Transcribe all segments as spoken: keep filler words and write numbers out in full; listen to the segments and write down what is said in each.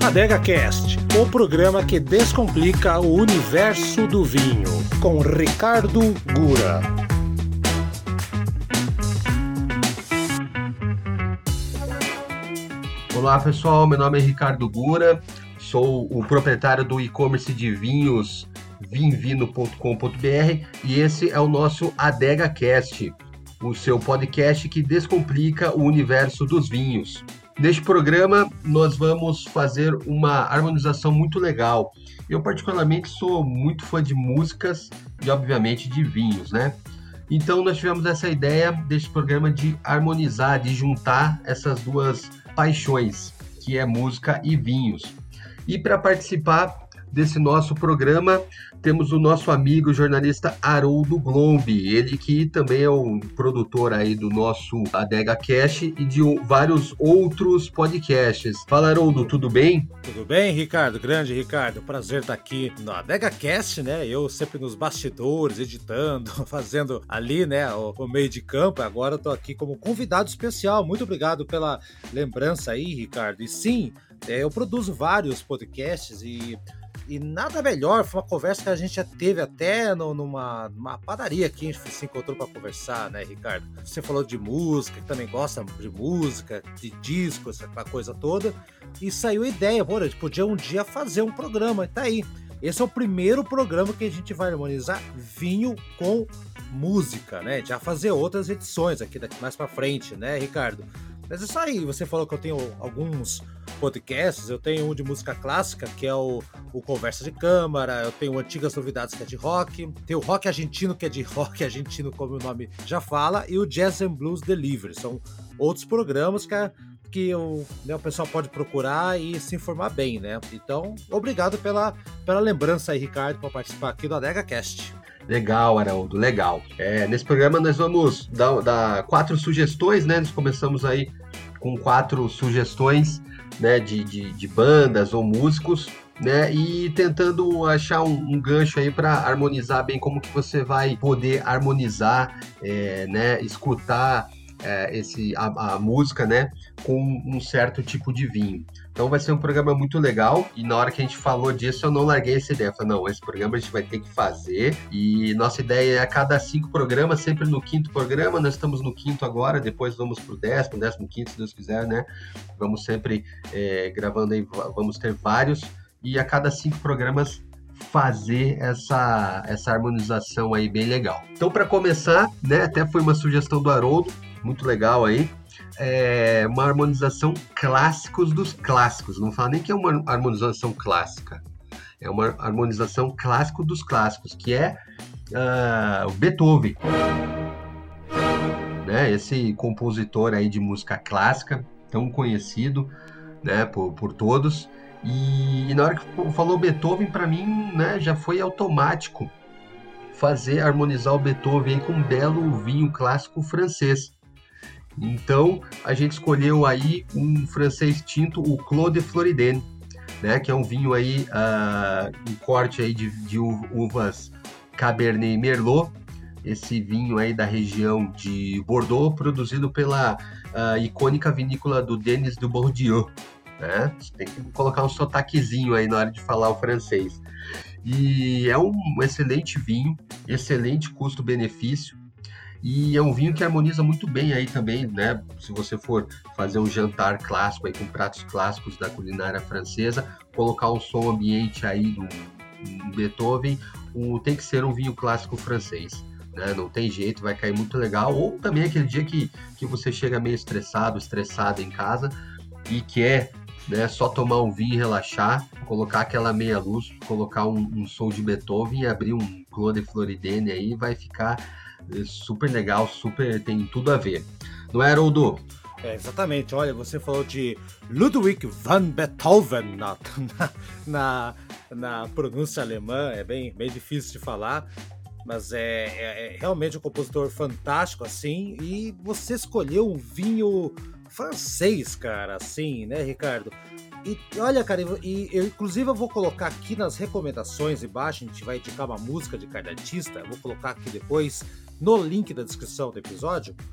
AdegaCast, o programa que descomplica o universo do vinho, com Ricardo Gura. Olá pessoal, meu nome é Ricardo Gura, sou o proprietário do e-commerce de vinhos vinvino ponto com ponto br e esse é o nosso AdegaCast, o seu podcast que descomplica o universo dos vinhos. Neste programa, nós vamos fazer uma harmonização muito legal. Eu, particularmente, sou muito fã de músicas e, obviamente, de vinhos, né? Então, nós tivemos essa ideia deste programa de harmonizar, de juntar essas duas paixões, que é música e vinhos. E para participar desse nosso programa, temos o nosso amigo jornalista Haroldo Glombi, ele que também é o produtor aí do nosso AdegaCast e de vários outros podcasts. Fala, Haroldo, tudo bem? Tudo bem, Ricardo? Grande Ricardo, prazer estar aqui no AdegaCast, né? Eu sempre nos bastidores, editando, fazendo ali, né, o, o meio de campo. Agora eu tô aqui como convidado especial. Muito obrigado pela lembrança aí, Ricardo. E sim, é, eu produzo vários podcasts e E nada melhor, foi uma conversa que a gente já teve até no, numa, numa padaria que a gente se encontrou para conversar, né, Ricardo? Você falou de música, que também gosta de música, de disco, essa coisa toda. E saiu a ideia, pô, a gente podia um dia fazer um programa, e tá aí. Esse é o primeiro programa que a gente vai harmonizar vinho com música, né? Já fazer outras edições aqui daqui mais para frente, né, Ricardo? Mas é isso aí, você falou que eu tenho alguns podcasts, eu tenho um de música clássica, que é o, o Conversa de Câmara, eu tenho Antigas Novidades, que é de rock, tem o Rock Argentino, que é de rock argentino, como o nome já fala, e o Jazz and Blues Delivery. São outros programas que, que o, né, o pessoal pode procurar e se informar bem, né? Então, obrigado pela, pela lembrança aí, Ricardo, por participar aqui do AdegaCast. Legal, Haroldo, legal. É, nesse programa nós vamos dar, dar quatro sugestões, né? Nós começamos aí com quatro sugestões, né, de, de, de bandas ou músicos, né? E tentando achar um, um gancho aí para harmonizar bem como que você vai poder harmonizar, é, né? Escutar é, esse, a, a música, né? Com um certo tipo de vinho. Então vai ser um programa muito legal e na hora que a gente falou disso eu não larguei essa ideia. Eu falei, não, esse programa a gente vai ter que fazer e nossa ideia é a cada cinco programas, sempre no quinto programa, nós estamos no quinto agora, depois vamos pro décimo, décimo quinto, se Deus quiser, né? Vamos sempre é, gravando aí, vamos ter vários e a cada cinco programas fazer essa, essa harmonização aí bem legal. Então para começar, né, até foi uma sugestão do Haroldo, muito legal aí, é uma harmonização clássicos dos clássicos. Não fala nem que é uma harmonização clássica. É uma harmonização clássico dos clássicos, que é uh, o Beethoven. Né? Esse compositor aí de música clássica, tão conhecido, né, por, por todos. E, e na hora que falou Beethoven, para mim, né, já foi automático fazer harmonizar o Beethoven aí com um belo vinho clássico francês. Então, a gente escolheu aí um francês tinto, o Clos de Floridane, né, que é um vinho aí, uh, um corte aí de, de uvas Cabernet Merlot, esse vinho aí da região de Bordeaux, produzido pela uh, icônica vinícola do Denis du Bourdieu, né? Você tem que colocar um sotaquezinho aí na hora de falar o francês. E é um excelente vinho, excelente custo-benefício, e é um vinho que harmoniza muito bem aí também, né? Se você for fazer um jantar clássico aí com pratos clássicos da culinária francesa, colocar um som ambiente aí do um Beethoven, um, tem que ser um vinho clássico francês, né? Não tem jeito, vai cair muito legal. Ou também aquele dia que, que você chega meio estressado, estressado em casa e quer, né, só tomar um vinho e relaxar, colocar aquela meia luz, colocar um, um som de Beethoven e abrir um Clos de Floridane aí, vai ficar super legal, super, tem tudo a ver. Não é, Haroldo? É, exatamente. Olha, você falou de Ludwig van Beethoven na, na, na pronúncia alemã, é bem, bem difícil de falar, mas é, é, é realmente um compositor fantástico, assim, e você escolheu um vinho francês, cara, assim, né, Ricardo? E olha, cara, e eu, inclusive eu vou colocar aqui nas recomendações embaixo, a gente vai indicar uma música de cada artista, eu vou colocar aqui depois no link da descrição do episódio,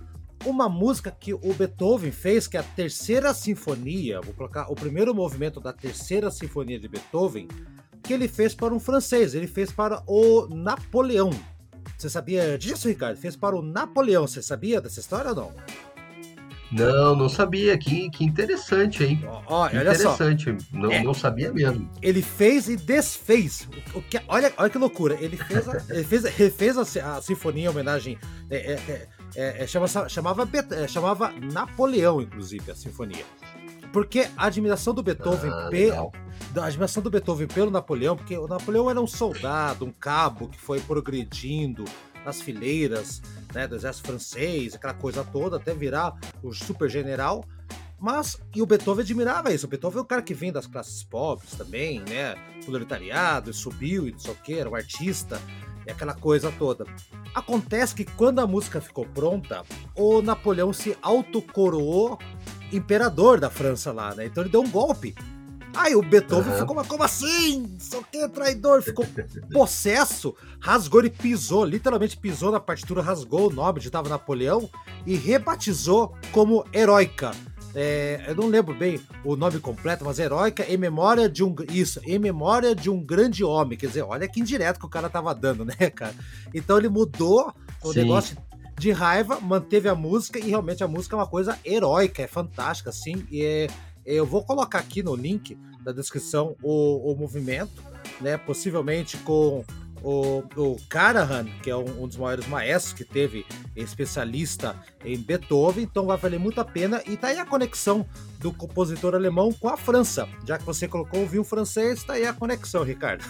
uma música que o Beethoven fez, que é a Terceira Sinfonia, vou colocar o primeiro movimento da Terceira Sinfonia de Beethoven, que ele fez para um francês, ele fez para o Napoleão. Você sabia disso, Ricardo? Fez para o Napoleão, você sabia dessa história ou não? Não, não sabia. Que, que interessante, hein? Ó, que olha interessante. Só. Não, é, não sabia mesmo. Ele fez e desfez. O, o que, olha, olha que loucura. Ele fez, a, ele fez, refez a, a sinfonia em homenagem. É, é, é, é, chamava, chamava, chamava Napoleão, inclusive, a sinfonia. Porque a admiração do Beethoven, ah, pe, a admiração do Beethoven pelo Napoleão, porque o Napoleão era um soldado, um cabo que foi progredindo nas fileiras, né, do exército francês, aquela coisa toda, até virar o super general. Mas, e o Beethoven admirava isso. O Beethoven é um cara que vem das classes pobres também, né, proletariado, e subiu e não sei o que, era um artista, e aquela coisa toda. Acontece que quando a música ficou pronta, o Napoleão se autocoroou imperador da França lá, né, então ele deu um golpe. Aí o Beethoven uhum. ficou, mas como assim? Só que é traidor, ficou possesso, rasgou, ele pisou, literalmente pisou na partitura, rasgou o nome de Tava Napoleão e rebatizou como Heroica. É, eu não lembro bem o nome completo, mas Heroica em memória de um isso, em memória de um grande homem. Quer dizer, olha que indireto que o cara tava dando, né, cara? Então ele mudou o Sim. negócio de raiva, manteve a música e realmente a música é uma coisa heróica, é fantástica, assim, e é. Eu vou colocar aqui no link da descrição o, o movimento, né? Possivelmente com o, o Karajan, que é um, um dos maiores maestros que teve, especialista em Beethoven, então vai valer muito a pena. E tá aí a conexão do compositor alemão com a França. Já que você colocou o vinho francês, tá aí a conexão, Ricardo.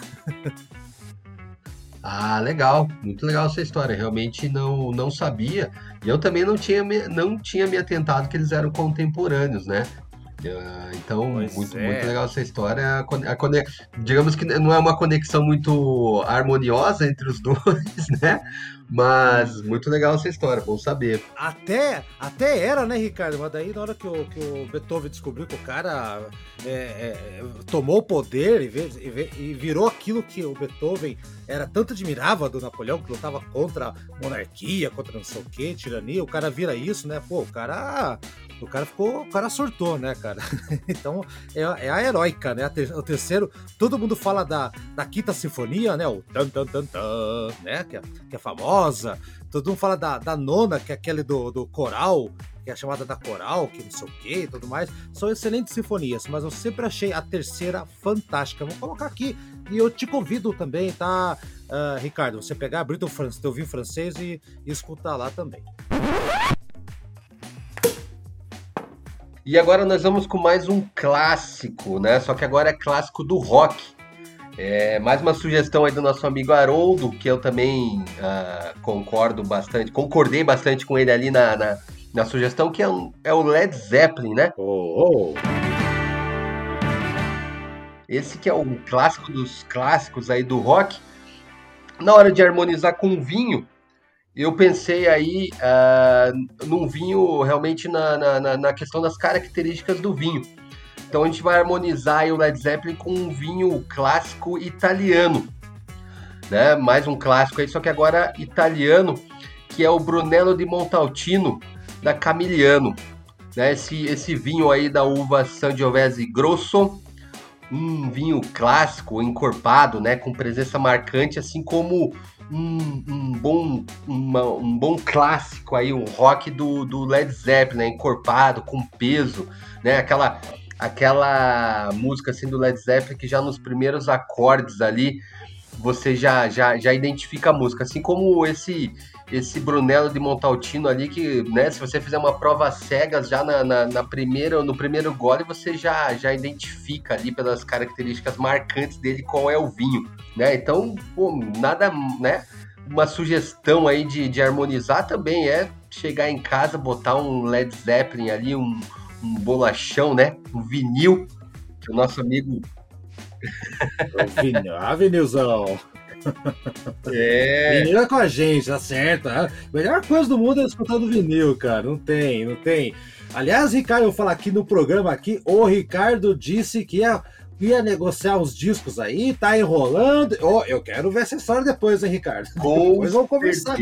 Ah, legal, muito legal essa história, realmente não, não sabia. E eu também não tinha, me, não tinha me atentado que eles eram contemporâneos, né? Uh, então, muito, é. muito legal essa história. A, a, digamos que não é uma conexão muito harmoniosa entre os dois, né? Mas muito legal essa história, bom saber. Até, até era, né, Ricardo? Mas daí, na hora que o, que o Beethoven descobriu que o cara é, é, tomou o poder e, e, e virou aquilo que o Beethoven era tanto admirava do Napoleão, que lutava contra a monarquia, contra não sei o que, tirania, o cara vira isso, né? Pô, o cara... O cara ficou, o cara surtou, né, cara? Então, é, é a heróica, né? O terceiro, todo mundo fala da, da quinta sinfonia, né? O tan, tan, tan, tan, né? Que é, que é famosa. Todo mundo fala da, da nona, que é aquele do, do coral, que é a chamada da coral, que não sei o que e tudo mais. São excelentes sinfonias, mas eu sempre achei a terceira fantástica. Vou colocar aqui e eu te convido também, tá, uh, Ricardo? Você pegar, abrir teu, teu vinho francês e, e escutar lá também. E agora nós vamos com mais um clássico, né? Só que agora é clássico do rock. É mais uma sugestão aí do nosso amigo Haroldo, que eu também uh, concordo bastante, concordei bastante com ele ali na, na, na sugestão, que é, um, é o Led Zeppelin, né? Oh, oh. Esse que é o clássico dos clássicos aí do rock. Na hora de harmonizar com vinho, eu pensei aí uh, num vinho realmente na, na, na questão das características do vinho. Então a gente vai harmonizar aí o Led Zeppelin com um vinho clássico italiano, né? Mais um clássico aí, só que agora italiano, que é o Brunello di Montalcino da Camigliano, né? Esse, esse vinho aí da uva Sangiovese Grosso, um vinho clássico, encorpado, né? Com presença marcante, assim como Um, um, bom, uma, um bom clássico aí, um rock do, do Led Zeppelin, né? Encorpado, com peso, né? Aquela, aquela música assim do Led Zeppelin que já nos primeiros acordes ali você já, já, já identifica a música, assim como esse, esse Brunello di Montalcino ali que, né, se você fizer uma prova cegas já na, na, na primeira, no primeiro gole você já, já identifica ali pelas características marcantes dele qual é o vinho, né? Então, pô, nada, né? Uma sugestão aí de, de harmonizar também é chegar em casa, botar um Led Zeppelin ali, um, um bolachão, né? Um vinil, que o nosso amigo... Vinil, ah, vinilzão. É. Vinil é com a gente, tá certo. A melhor coisa do mundo é escutando vinil, cara. Não tem, não tem. Aliás, Ricardo, eu vou falar aqui no programa aqui, o Ricardo disse que ia ia negociar os discos aí, tá enrolando. Oh, eu quero ver essa história depois, hein, Ricardo? Com depois vamos conversar.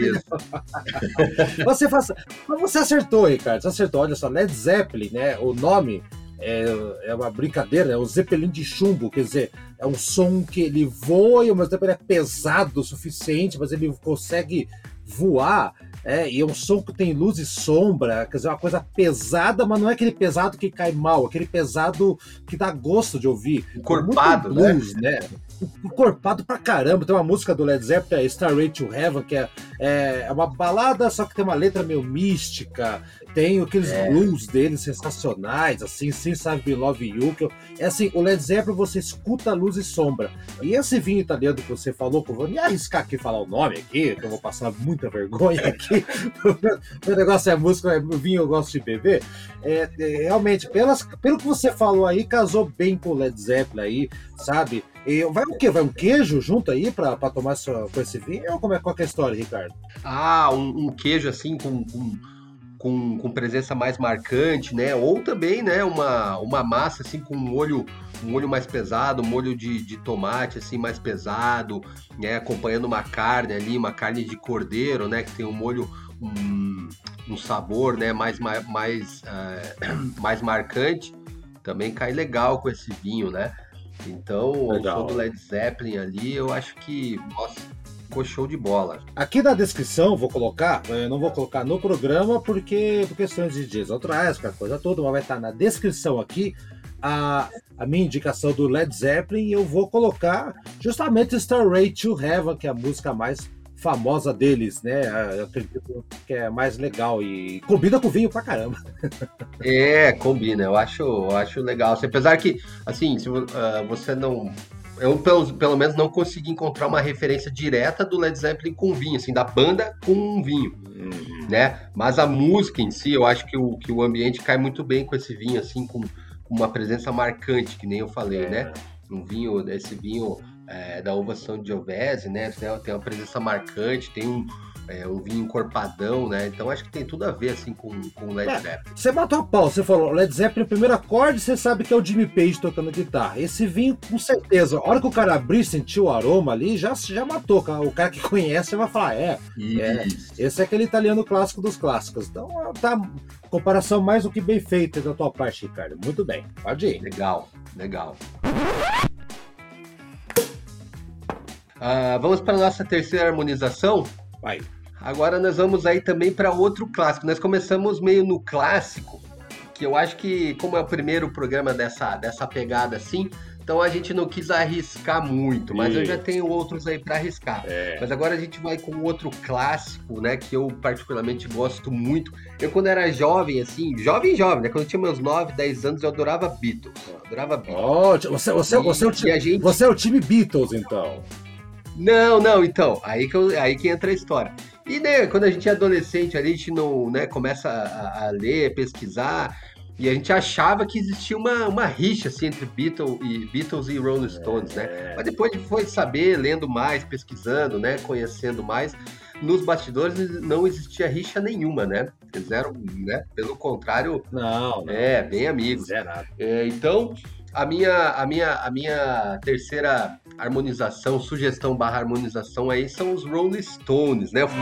Você, faz... você acertou, Ricardo, você acertou. Olha só, Led Zeppelin, né? O nome é, é uma brincadeira, é o Zeppelin de chumbo, quer dizer, é um som que ele voa e ao mesmo tempo ele é pesado o suficiente, mas ele consegue voar. É, e é um som que tem luz e sombra, quer dizer, uma coisa pesada, mas não é aquele pesado que cai mal, aquele pesado que dá gosto de ouvir. Encorpado, muito blues, né? né? Encorpado pra caramba. Tem uma música do Led Zeppelin, Starway to Heaven, que é, é uma balada, só que tem uma letra meio mística, tem aqueles é. blues deles sensacionais, assim, Since I've Been Loving You, que eu, é assim, o Led Zeppelin você escuta luz e sombra. E esse vinho italiano que você falou, que eu vou me arriscar aqui falar o nome aqui, que eu vou passar muita vergonha aqui, o negócio é música, o vinho eu gosto de beber, é, é, realmente, pelas, pelo que você falou aí, casou bem com o Led Zeppelin aí, sabe? E vai o quê? Vai um queijo junto aí pra, pra tomar sua, com esse vinho? Ou como é, qual é a história, Ricardo? Ah, um, um queijo assim com... com... Com, com presença mais marcante, né? Ou também, né, uma, uma massa assim com um molho, um molho mais pesado, um molho de, de tomate assim mais pesado, né? Acompanhando uma carne ali, uma carne de cordeiro, né? Que tem um molho, um, um sabor, né? Mais, mais, mais, uh, mais marcante. Também cai legal com esse vinho, né? Então, legal. O som do Led Zeppelin ali, eu acho que, nossa, ficou show de bola. Aqui na descrição vou colocar, eu não vou colocar no programa porque por questões de dias autorais, aquela coisa toda, mas vai estar na descrição aqui a, a minha indicação do Led Zeppelin e eu vou colocar justamente Starway to Heaven, que é a música mais famosa deles, né? Eu acredito que é mais legal e combina com vinho pra caramba. É, combina, eu acho, eu acho legal. Apesar que, assim, se uh, você não... Eu, pelo, pelo menos, não consegui encontrar uma referência direta do Led Zeppelin com vinho, assim, da banda com um vinho, uhum. né? Mas a música em si, eu acho que o, que o ambiente cai muito bem com esse vinho, assim, com, com uma presença marcante, que nem eu falei, é. né? Um vinho, esse vinho é, da uva Sangiovese, né? Tem uma presença marcante, tem um, é, um vinho encorpadão, né? Então acho que tem tudo a ver, assim, com, com o Led é, Zeppelin. Você matou a pau, você falou, Led Zeppelin, o primeiro acorde, você sabe que é o Jimmy Page tocando guitarra. Esse vinho, com certeza, a hora que o cara abrir, sentiu o aroma ali, já, já matou. O cara que conhece vai falar, é, é, esse é aquele italiano clássico dos clássicos. Então, tá, comparação mais do que bem feita da tua parte, Ricardo. Muito bem, pode ir. Legal, legal. Uh, vamos para a nossa terceira harmonização? Vai. Agora nós vamos aí também para outro clássico. Nós começamos meio no clássico, que eu acho que, como é o primeiro programa dessa, dessa pegada assim, então a gente não quis arriscar muito, mas Isso. eu já tenho outros aí para arriscar. É. Mas agora a gente vai com outro clássico, né, que eu particularmente gosto muito. Eu, quando era jovem, assim, jovem, jovem, né, quando eu tinha meus nove, dez anos, eu adorava Beatles. Eu adorava Beatles. Oh, você, você, e, você, é o time, gente... você é o time Beatles, então. Não, não, então, aí que, eu, aí que entra a história. E, né, quando a gente é adolescente, a gente não, né, começa a, a ler, pesquisar, e a gente achava que existia uma, uma rixa, assim, entre Beatles e, Beatles e Rolling Stones, é. né? Mas depois foi saber, lendo mais, pesquisando, né, conhecendo mais, nos bastidores não existia rixa nenhuma, né? Eles eram, né, pelo contrário, não, não. é, bem amigos. É, então... A minha, a, minha, a minha terceira harmonização, sugestão barra harmonização aí são os Rolling Stones, né? Eu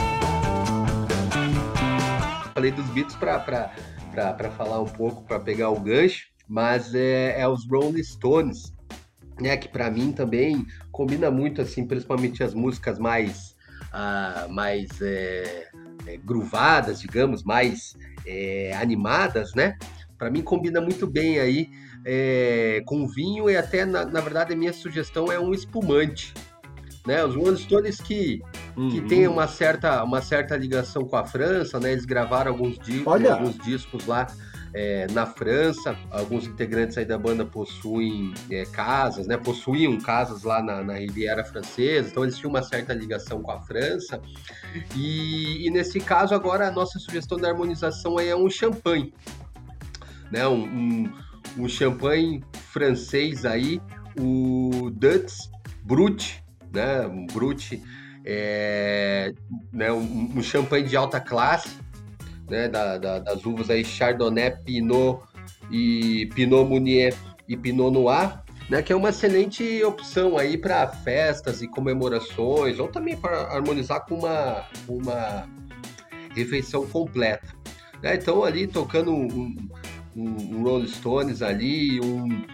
falei dos Beatles para falar um pouco, para pegar o gancho, mas é, é os Rolling Stones, né? Que para mim também combina muito, assim, principalmente as músicas mais, uh, mais é, é, groovadas, digamos, mais é, animadas, né? Para mim combina muito bem aí é, com vinho e até, na, na verdade, a minha sugestão é um espumante, né? Os Rolling Stones que, uhum. que tem uma certa, uma certa ligação com a França, né? Eles gravaram alguns, di- alguns discos lá é, na França, alguns integrantes aí da banda possuem é, casas, né? Possuíam casas lá na, na Riviera Francesa, então eles tinham uma certa ligação com a França, e, e nesse caso agora a nossa sugestão da harmonização aí é um champanhe, né? um, um um champanhe francês aí, o Dutz Brut, né, um Brut, é, né, um, um champanhe de alta classe, né, da, da, das uvas aí Chardonnay, Pinot e Pinot Meunier e Pinot Noir, né, que é uma excelente opção aí para festas e comemorações, ou também para harmonizar com uma, uma refeição completa. Né? Então ali tocando um, um, um Rolling Stones ali, um...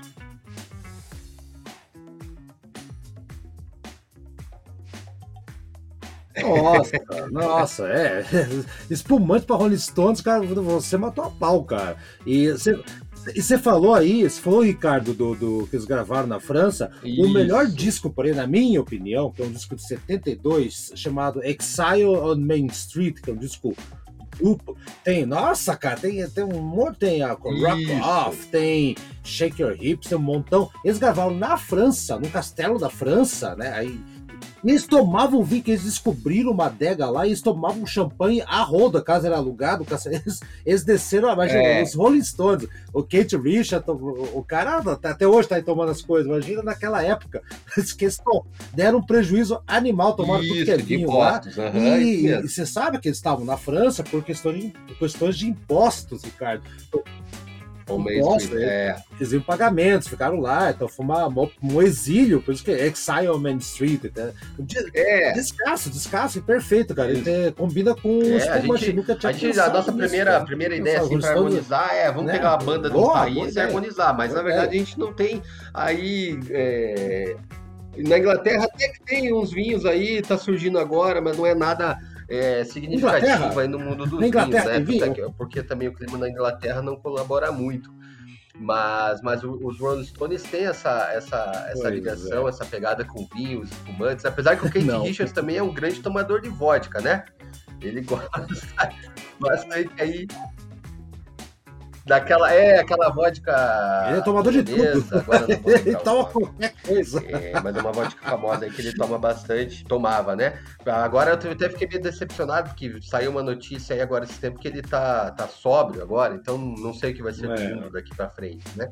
Nossa, nossa, é. Espumante para Rolling Stones, cara, você matou a pau, cara. E você... E você falou aí, você falou, Ricardo, do, do que eles gravaram na França. Isso. O melhor disco, porém, na minha opinião, que é um disco de setenta e dois, chamado Exile on Main Street, que é um disco duplo. Tem, nossa, cara, tem, tem um monte, tem a Rock Off, tem Shake Your Hips, tem um montão. Eles gravaram na França, no castelo da França, né? Aí, e eles tomavam vinho, que eles descobriram uma adega lá, e eles tomavam champanhe a roda, caso era alugado, eles, eles desceram, imagina, é. Os Rolling Stones, o Kate Richards, o, o cara até hoje tá aí tomando as coisas, imagina naquela época, que eles deram um prejuízo animal, tomaram Isso, tudo que é vinho impostos, lá, uhum, e, e você sabe que eles estavam na França por questões de, questões de impostos, Ricardo. Imposto, é. Eles iam pagamentos, ficaram lá, então foi uma, um exílio, por isso que é Exile on Main Street. Né? É. Descasso, descasso, perfeito, cara. Ele te, combina com é, os a gente, nunca tinha a, gente, a nossa primeira, isso, primeira ideia assim, para harmonizar é vamos né? pegar uma banda boa, de um país e harmonizar, mas boa na verdade ideia. A gente não tem aí. É... Na Inglaterra até que tem uns vinhos aí, tá surgindo agora, mas não é nada. É, significativo aí no mundo dos vinhos, né? Porque, porque também o clima na Inglaterra não colabora muito. Mas, mas os Rolling Stones têm essa, essa, essa ligação, é. essa pegada com vinhos, espumantes. Apesar que o Keith Richards também é um grande tomador de vodka, né? Ele gosta bastante aí daquela, é, aquela vodka... Ele é tomador de tudo. Agora não vou ele toma qualquer coisa. É, mas é uma vodka famosa aí que ele toma bastante, tomava, né? Agora eu até fiquei meio decepcionado, porque saiu uma notícia aí agora esse tempo que ele tá, tá sóbrio agora, então não sei o que vai ser do mundo daqui pra frente, né?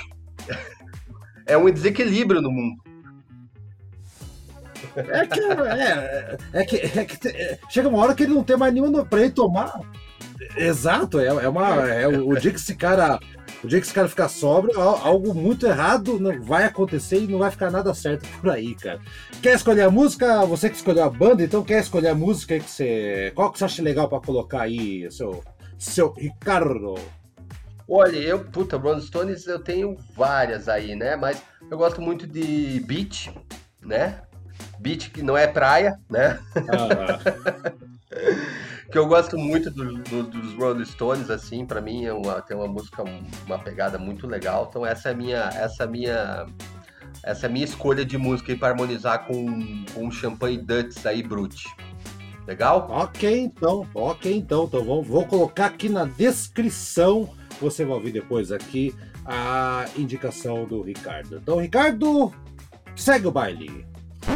É um desequilíbrio no mundo. É que, é, é que, é que é, chega uma hora que ele não tem mais nenhuma pra ele tomar. Exato, é, é uma. É, o, o dia que esse cara. O dia que esse cara ficar sóbrio, algo muito errado não vai acontecer e não vai ficar nada certo por aí, cara. Quer escolher a música? Você que escolheu a banda, então quer escolher a música que você. Qual que você acha legal pra colocar aí, seu, seu Ricardo? Olha, eu, puta, Rolling Stones eu tenho várias aí, né? Mas eu gosto muito de Beach, né? Beach que não é praia, né? Ah. Que eu gosto muito do, do, dos Rolling Stones, assim, pra mim é uma, tem uma música, uma pegada muito legal. Então essa é a minha, essa é a minha, essa é a minha escolha de música aí pra harmonizar com, com um Champanhe Dutch aí, Brut. Legal? Ok, então, ok, então, então vou, vou colocar aqui na descrição, você vai ouvir depois aqui a indicação do Ricardo. Então, Ricardo, segue o baile.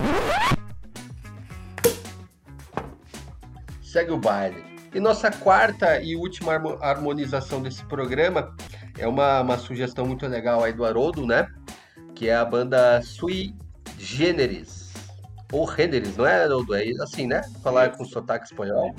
Segue o baile. E nossa quarta e última harmonização desse programa é uma, uma sugestão muito legal aí do Haroldo, né? Que é a banda Sui Generis. Ou Generis, não é, Haroldo? É assim, né? Falar com sotaque espanhol.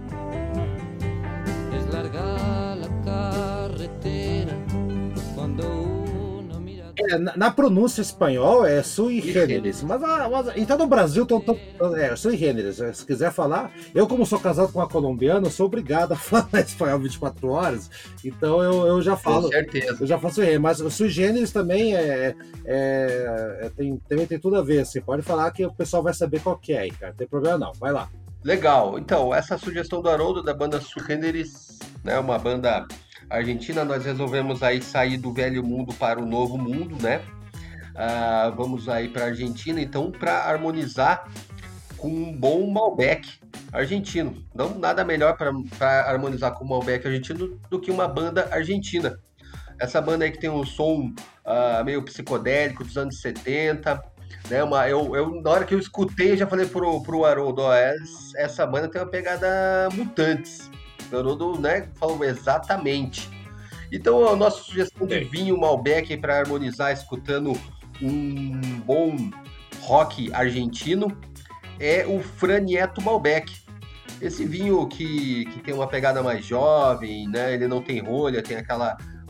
Deslargar la carretera quando É, na, na pronúncia espanhol é sui generis, mas, mas então no Brasil tô, tô, é sui generis. Se quiser falar, eu como sou casado com uma colombiana, sou obrigado a falar espanhol vinte e quatro horas, então eu, eu já falo. Com certeza. Eu já faço sui generis, mas sui generis também é, é, é tem, também tem tudo a ver. Você pode falar que o pessoal vai saber qual que é, cara. Não tem problema não. Vai lá. Legal. Então essa sugestão do Haroldo da banda Sui Generis, né? Uma banda argentina, nós resolvemos aí sair do velho mundo para o novo mundo, né? Ah, vamos aí para a Argentina, então, para harmonizar com um bom Malbec argentino. Não nada melhor para harmonizar com o Malbec argentino do que uma banda argentina. Essa banda aí que tem um som ah, meio psicodélico dos anos setenta, né? Uma, eu, eu, na hora que eu escutei, eu já falei pro, pro Haroldo, ó, essa banda tem uma pegada Mutantes. O Haroldo, né, falou exatamente. Então, a nossa sugestão de vinho Malbec para harmonizar, escutando um bom rock argentino, é o Franieto Malbec. Esse vinho que, que tem uma pegada mais jovem, né? Ele não tem rolha, tem aquela,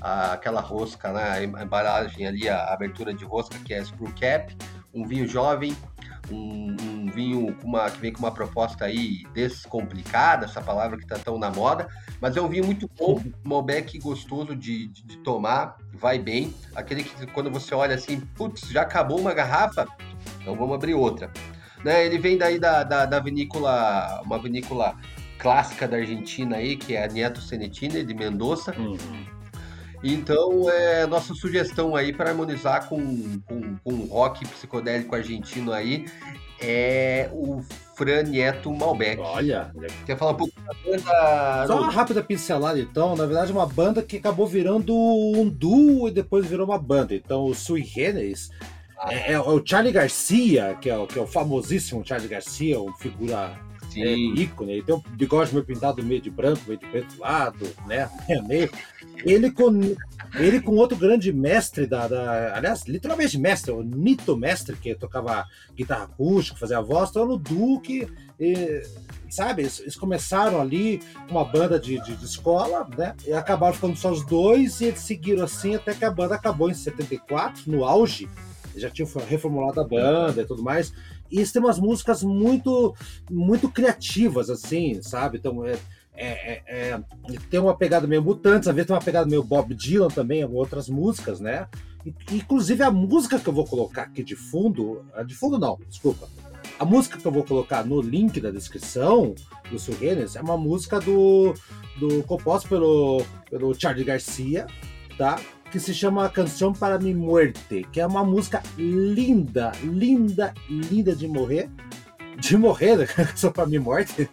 a, aquela rosca, né, a embalagem ali, a abertura de rosca, que é Screw Cap, um vinho jovem, um, um vinho com uma, que vem com uma proposta aí descomplicada, essa palavra que está tão na moda, mas é um vinho muito bom, um Malbec gostoso de, de, de tomar, vai bem, aquele que quando você olha assim, putz, já acabou uma garrafa, então vamos abrir outra. Né, ele vem daí da, da, da vinícola, uma vinícola clássica da Argentina aí, que é a Nieto Cenetini, de Mendoza. Uhum. Então, é nossa sugestão aí para harmonizar com, com, com o rock psicodélico argentino aí é o Fran Nieto Malbec. Olha! Quer falar um pouco da banda? Só uma rápida pincelada, então. Na verdade, uma banda que acabou virando um duo e depois virou uma banda. Então, o Sui Generis ah. é, é o Charlie Garcia, que é o, que é o famosíssimo Charlie Garcia, uma figura... É, ícone, ele tem um bigode meio pintado meio de branco, meio de preto do lado, né? Meio. Ele com, ele com outro grande mestre da, da. Aliás, literalmente mestre, o Nito Mestre, que tocava guitarra acústica, fazia a voz, então no Duque, sabe? Eles, eles começaram ali uma banda de, de, de escola, né? E acabaram ficando só os dois, e eles seguiram assim até que a banda acabou em setenta e quatro, no auge. Eles já tinham reformulado a banda e tudo mais. E eles têm umas músicas muito, muito criativas, assim, sabe? Então, é, é, é, tem uma pegada meio Mutantes, às vezes tem uma pegada meio Bob Dylan também, outras músicas, né? E, inclusive, a música que eu vou colocar aqui de fundo... De fundo, não, desculpa. A música que eu vou colocar no link da descrição do Sui Generis é uma música do, do, composta pelo, pelo Charlie Garcia, tá? Que se chama Canção para Mi Muerte, que é uma música linda, linda, linda de morrer. De morrer, né? Canção para Mi Muerte.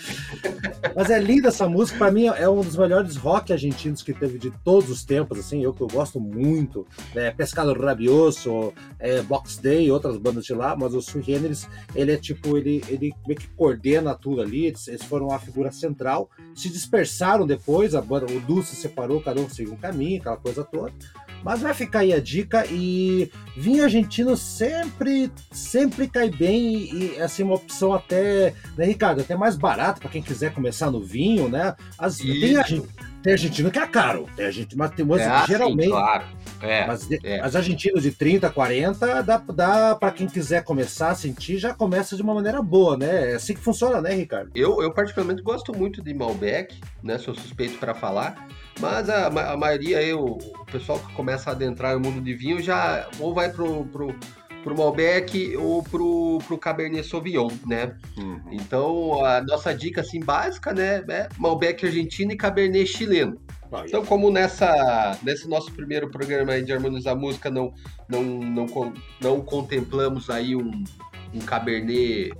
Mas é linda essa música, para mim é um dos melhores rock argentinos que teve de todos os tempos, assim, eu que eu gosto muito, né? Pescado Rabioso, é, Box Day, outras bandas de lá, mas o Sui Generis, ele é tipo, ele, ele meio que coordena tudo ali, eles, eles foram a figura central, se dispersaram depois, a banda, o Du se separou, cada um seguiu um caminho, aquela coisa toda. Mas vai ficar aí a dica, e vinho argentino sempre, sempre cai bem, e, e assim, uma opção até, né, Ricardo, até mais barato para quem quiser começar no vinho, né? As, tem, argentino, tem argentino que é caro, tem argentino, mas tem mas, é, geralmente. Sim, claro. É, mas é. As argentinos de trinta, quarenta, dá, dá para quem quiser começar a sentir, já começa de uma maneira boa, né? É assim que funciona, né, Ricardo? Eu, eu particularmente gosto muito de Malbec, né? Sou suspeito para falar. Mas a, a maioria, aí, o, o pessoal que começa a adentrar no mundo de vinho já ou vai pro, pro, pro Malbec ou pro, pro Cabernet Sauvignon, né? Uhum. Então, a nossa dica, assim, básica, né, é Malbec argentino e Cabernet chileno. Ah, então, como nessa, nesse nosso primeiro programa aí de harmonizar música, não, não, não, não contemplamos aí um, um Cabernet...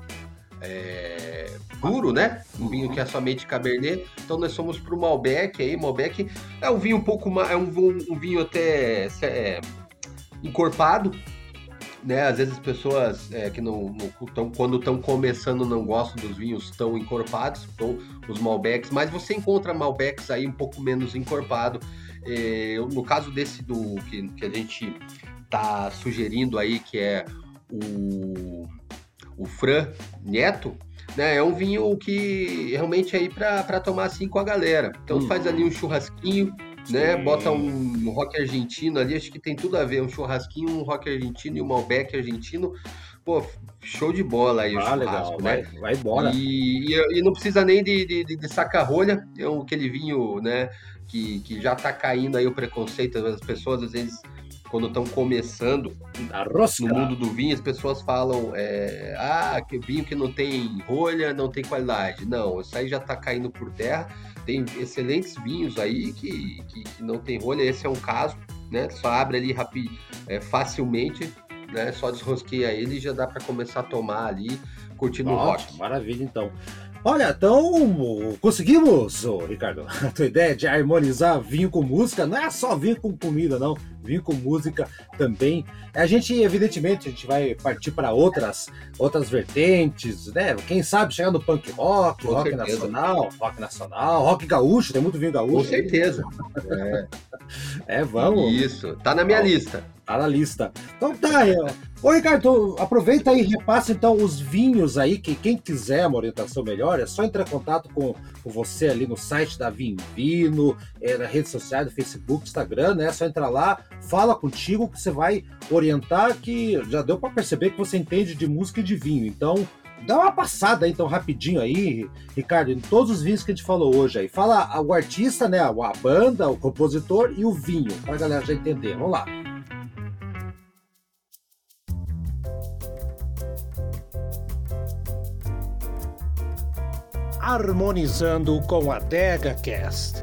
É, puro, né? Um vinho que é somente Cabernet. Então nós somos pro Malbec aí. Malbec é um vinho um pouco mais, é um, um vinho até é, encorpado, né? Às vezes as pessoas é, que não, não tão, quando estão começando não gostam dos vinhos tão encorpados, então os Malbecs, mas você encontra Malbecs aí um pouco menos encorpado. É, no caso desse do que, que a gente tá sugerindo aí, que é o o Fran Nieto, né, é um vinho que realmente é aí para tomar assim com a galera. Então uhum. faz ali um churrasquinho, né, sim. Bota um, um rock argentino ali, acho que tem tudo a ver, um churrasquinho, um rock argentino e um Malbec argentino. Pô, show de bola aí o ah, churrasco, legal. Né? Vai, vai embora. E, e, e não precisa nem de, de, de saca-rolha, é um, aquele vinho, né, que, que já tá caindo aí o preconceito das pessoas, às vezes... Quando estão começando no mundo do vinho, as pessoas falam é, ah, que vinho que não tem rolha, não tem qualidade. Não, isso aí já está caindo por terra. Tem excelentes vinhos aí que, que, que não tem rolha. Esse é um caso, né? Só abre ali rapid, é, facilmente, né? Só desrosqueia ele e já dá para começar a tomar ali, curtindo o rock. Maravilha, então. Olha, então conseguimos, ô, Ricardo, a tua ideia de harmonizar vinho com música. Não é só vinho com comida, não. Vinho com música também. A gente, evidentemente, a gente vai partir para outras, outras vertentes, né? Quem sabe chegar no punk rock, com rock certeza. nacional, rock nacional, rock gaúcho, tem muito vinho gaúcho. Com certeza. É. É, vamos. Isso, tá na minha Vamos. lista. Tá na lista. Então tá, é. Ô Ricardo, aproveita aí e repassa então os vinhos aí, que quem quiser uma orientação melhor, é só entrar em contato com, com você ali no site da Vinho Vino, é, nas redes sociais, do Facebook, Instagram, né? É só entrar lá, fala contigo que você vai orientar, que já deu para perceber que você entende de música e de vinho. Então, dá uma passada aí, então, rapidinho aí, Ricardo, em todos os vinhos que a gente falou hoje aí. Fala o artista, né? A banda, o compositor e o vinho, pra galera já entender. Vamos lá. Harmonizando com a Adega Cast.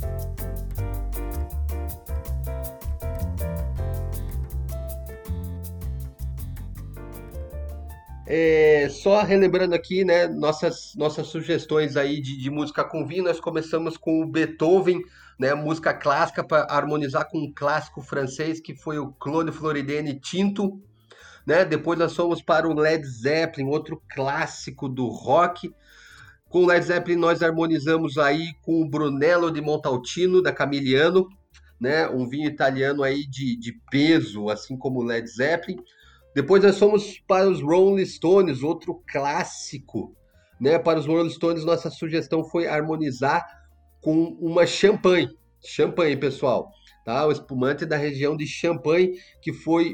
É, só relembrando aqui, né, nossas, nossas sugestões aí de, de música com vinho, nós começamos com o Beethoven, né, música clássica para harmonizar com um clássico francês que foi o Claude Floridene Tinto, né? Depois nós fomos para o Led Zeppelin, outro clássico do rock. Com o Led Zeppelin nós harmonizamos aí com o Brunello di Montalcino, da Camiliano, né, um vinho italiano aí de, de peso, assim como o Led Zeppelin. Depois nós fomos para os Rolling Stones, outro clássico, né? Para os Rolling Stones, nossa sugestão foi harmonizar com uma champanhe. Champanhe, pessoal, tá? O espumante da região de Champagne, que foi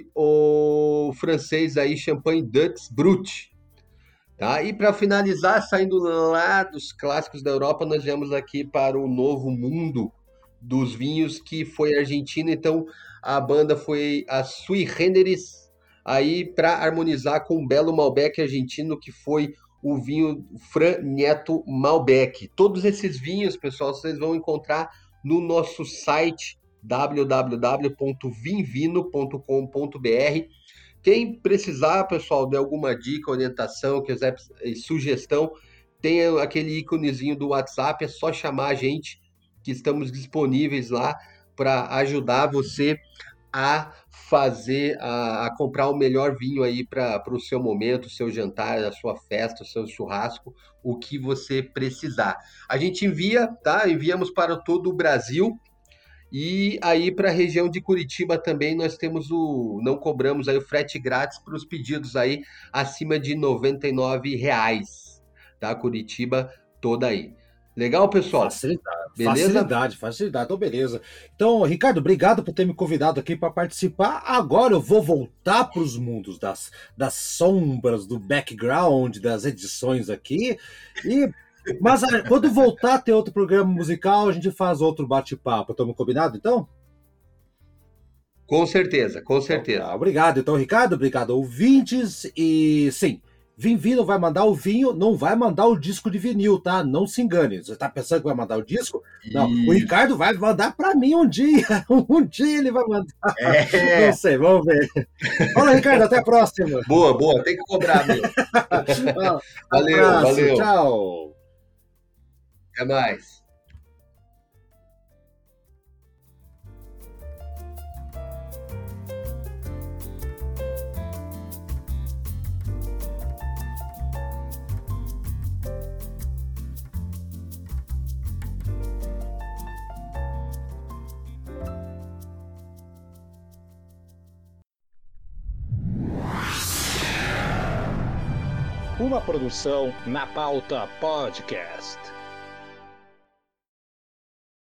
o francês aí, Champagne Dux Brut, tá? E para finalizar, saindo lá dos clássicos da Europa, nós viemos aqui para o novo mundo dos vinhos, que foi a Argentina. Então, a banda foi a Sui Generis, aí para harmonizar com o belo Malbec argentino, que foi o vinho Fran Nieto Malbec. Todos esses vinhos, pessoal, vocês vão encontrar no nosso site w w w ponto vinvino ponto com ponto b r. Quem precisar, pessoal, de alguma dica, orientação, quiser sugestão, tem aquele íconezinho do WhatsApp, é só chamar a gente, que estamos disponíveis lá para ajudar você a fazer, a, a comprar o melhor vinho aí para o seu momento, o seu jantar, a sua festa, o seu churrasco, o que você precisar. A gente envia, tá? Enviamos para todo o Brasil. E aí para a região de Curitiba também nós temos o, não cobramos aí o frete grátis para os pedidos aí acima de noventa e nove reais, tá? Curitiba toda aí. Legal, pessoal? Facilidade, beleza? facilidade, facilidade. Então, beleza. Então, Ricardo, obrigado por ter me convidado aqui para participar. Agora eu vou voltar para os mundos das, das sombras, do background, das edições aqui. E, mas quando voltar a ter outro programa musical, a gente faz outro bate-papo. Estamos combinados, então? Com certeza, com certeza. Então, tá. Obrigado, então, Ricardo. Obrigado, ouvintes. E sim, Vinvino vai mandar o vinho, não vai mandar o disco de vinil, tá? Não se engane. Você tá pensando que vai mandar o disco? Não, Isso. O Ricardo vai mandar para mim um dia. Um dia ele vai mandar. É. Não sei, vamos ver. Fala, Ricardo, até a próxima. Boa, boa, tem que cobrar, meu. Valeu, Abraço, valeu. Tchau. Até mais. Uma produção Na Pauta Podcast.